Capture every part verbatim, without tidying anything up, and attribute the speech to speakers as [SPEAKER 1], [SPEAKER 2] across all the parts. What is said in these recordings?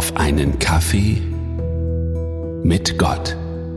[SPEAKER 1] Auf einen Kaffee mit Gott.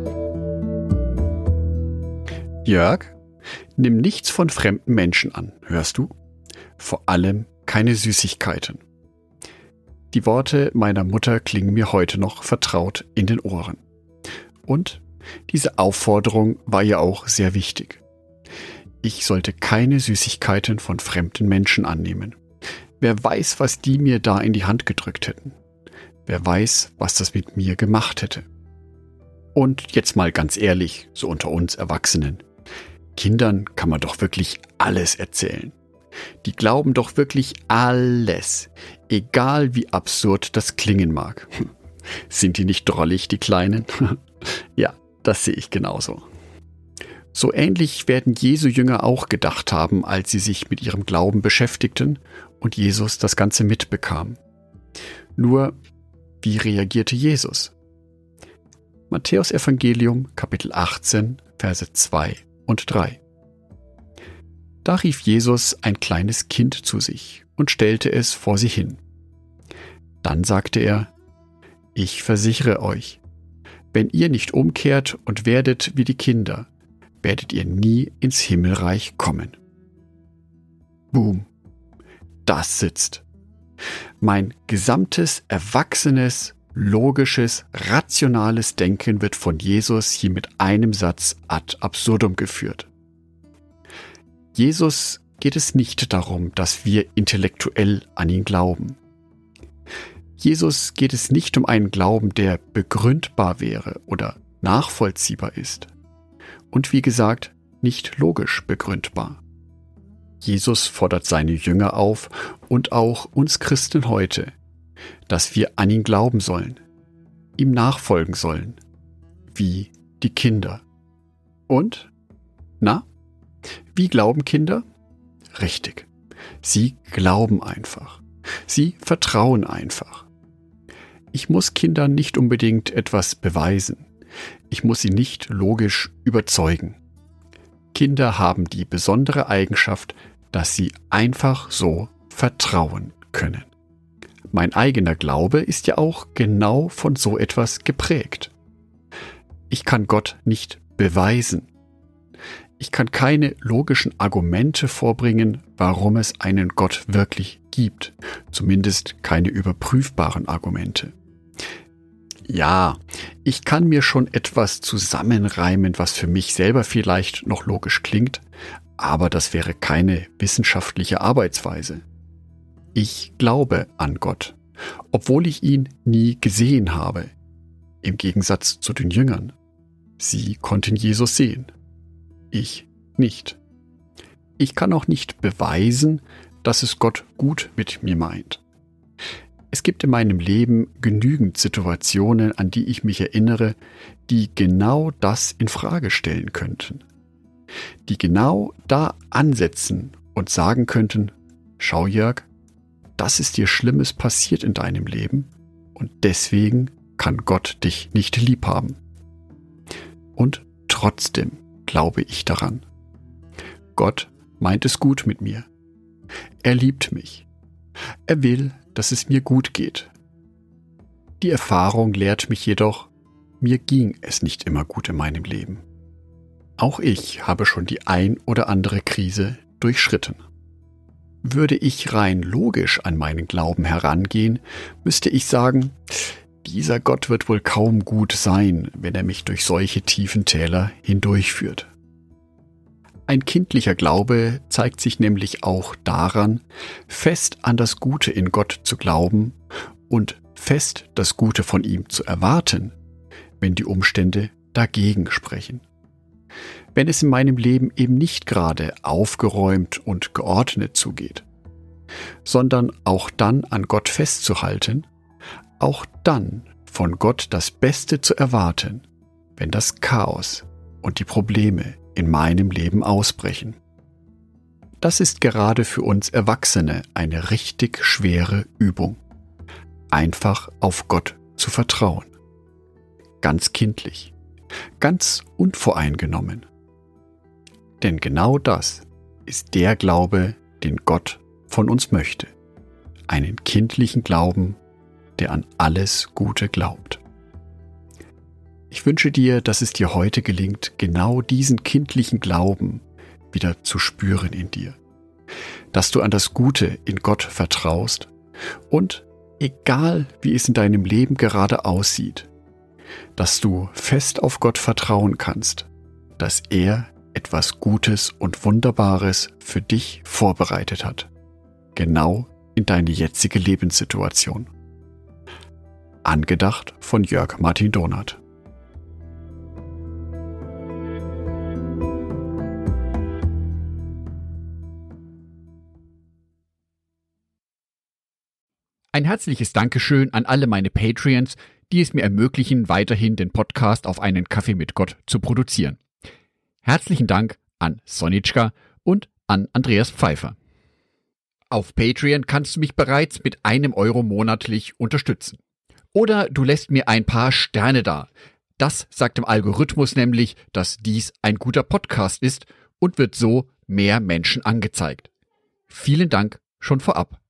[SPEAKER 2] Jörg, nimm nichts von fremden Menschen an, hörst du? Vor allem keine Süßigkeiten. Die Worte meiner Mutter klingen mir heute noch vertraut in den Ohren. Und diese Aufforderung war ihr auch sehr wichtig. Ich sollte keine Süßigkeiten von fremden Menschen annehmen. Wer weiß, was die mir da in die Hand gedrückt hätten. Wer weiß, was das mit mir gemacht hätte. Und jetzt mal ganz ehrlich, so unter uns Erwachsenen. Kindern kann man doch wirklich alles erzählen. Die glauben doch wirklich alles, egal wie absurd das klingen mag. Sind die nicht drollig, die Kleinen? Ja, das sehe ich genauso. So ähnlich werden Jesu Jünger auch gedacht haben, als sie sich mit ihrem Glauben beschäftigten und Jesus das Ganze mitbekam. Nur, wie reagierte Jesus? Matthäus Evangelium, Kapitel achtzehn, Verse zwei und drei. Da rief Jesus ein kleines Kind zu sich und stellte es vor sie hin. Dann sagte er: Ich versichere euch, wenn ihr nicht umkehrt und werdet wie die Kinder, werdet ihr nie ins Himmelreich kommen. Boom. Das sitzt. Mein gesamtes, erwachsenes, logisches, rationales Denken wird von Jesus hier mit einem Satz ad absurdum geführt. Jesus geht es nicht darum, dass wir intellektuell an ihn glauben. Jesus geht es nicht um einen Glauben, der begründbar wäre oder nachvollziehbar ist. Und wie gesagt, nicht logisch begründbar. Jesus fordert seine Jünger auf und auch uns Christen heute, dass wir an ihn glauben sollen, ihm nachfolgen sollen, wie die Kinder. Und? Na? Wie glauben Kinder? Richtig. Sie glauben einfach. Sie vertrauen einfach. Ich muss Kindern nicht unbedingt etwas beweisen. Ich muss sie nicht logisch überzeugen. Kinder haben die besondere Eigenschaft, dass sie einfach so vertrauen können. Mein eigener Glaube ist ja auch genau von so etwas geprägt. Ich kann Gott nicht beweisen. Ich kann keine logischen Argumente vorbringen, warum es einen Gott wirklich gibt. Zumindest keine überprüfbaren Argumente. Ja, ich kann mir schon etwas zusammenreimen, was für mich selber vielleicht noch logisch klingt, aber das wäre keine wissenschaftliche Arbeitsweise. Ich glaube an Gott, obwohl ich ihn nie gesehen habe. Im Gegensatz zu den Jüngern. Sie konnten Jesus sehen. Ich nicht. Ich kann auch nicht beweisen, dass es Gott gut mit mir meint. Es gibt in meinem Leben genügend Situationen, an die ich mich erinnere, die genau das in Frage stellen könnten. Die genau da ansetzen und sagen könnten: Schau Jörg, das ist dir Schlimmes passiert in deinem Leben und deswegen kann Gott dich nicht lieb haben. Und trotzdem glaube ich daran. Gott meint es gut mit mir. Er liebt mich. Er will, dass es mir gut geht. Die Erfahrung lehrt mich jedoch, mir ging es nicht immer gut in meinem Leben. Auch ich habe schon die ein oder andere Krise durchschritten. Würde ich rein logisch an meinen Glauben herangehen, müsste ich sagen, dieser Gott wird wohl kaum gut sein, wenn er mich durch solche tiefen Täler hindurchführt. Ein kindlicher Glaube zeigt sich nämlich auch daran, fest an das Gute in Gott zu glauben und fest das Gute von ihm zu erwarten, wenn die Umstände dagegen sprechen. Wenn es in meinem Leben eben nicht gerade aufgeräumt und geordnet zugeht, sondern auch dann an Gott festzuhalten, auch dann von Gott das Beste zu erwarten, wenn das Chaos und die Probleme in meinem Leben ausbrechen. Das ist gerade für uns Erwachsene eine richtig schwere Übung. Einfach auf Gott zu vertrauen. Ganz kindlich, ganz unvoreingenommen. Denn genau das ist der Glaube, den Gott von uns möchte. Einen kindlichen Glauben der an alles Gute glaubt. Ich wünsche dir, dass es dir heute gelingt, genau diesen kindlichen Glauben wieder zu spüren in dir. Dass du an das Gute in Gott vertraust und, egal wie es in deinem Leben gerade aussieht, dass du fest auf Gott vertrauen kannst, dass er etwas Gutes und Wunderbares für dich vorbereitet hat. Genau in deine jetzige Lebenssituation. Angedacht von Jörg Martin Donath.
[SPEAKER 3] Ein herzliches Dankeschön an alle meine Patreons, die es mir ermöglichen, weiterhin den Podcast auf einen Kaffee mit Gott zu produzieren. Herzlichen Dank an Sonitschka und an Andreas Pfeiffer. Auf Patreon kannst du mich bereits mit einem Euro monatlich unterstützen. Oder du lässt mir ein paar Sterne da. Das sagt dem Algorithmus nämlich, dass dies ein guter Podcast ist und wird so mehr Menschen angezeigt. Vielen Dank schon vorab.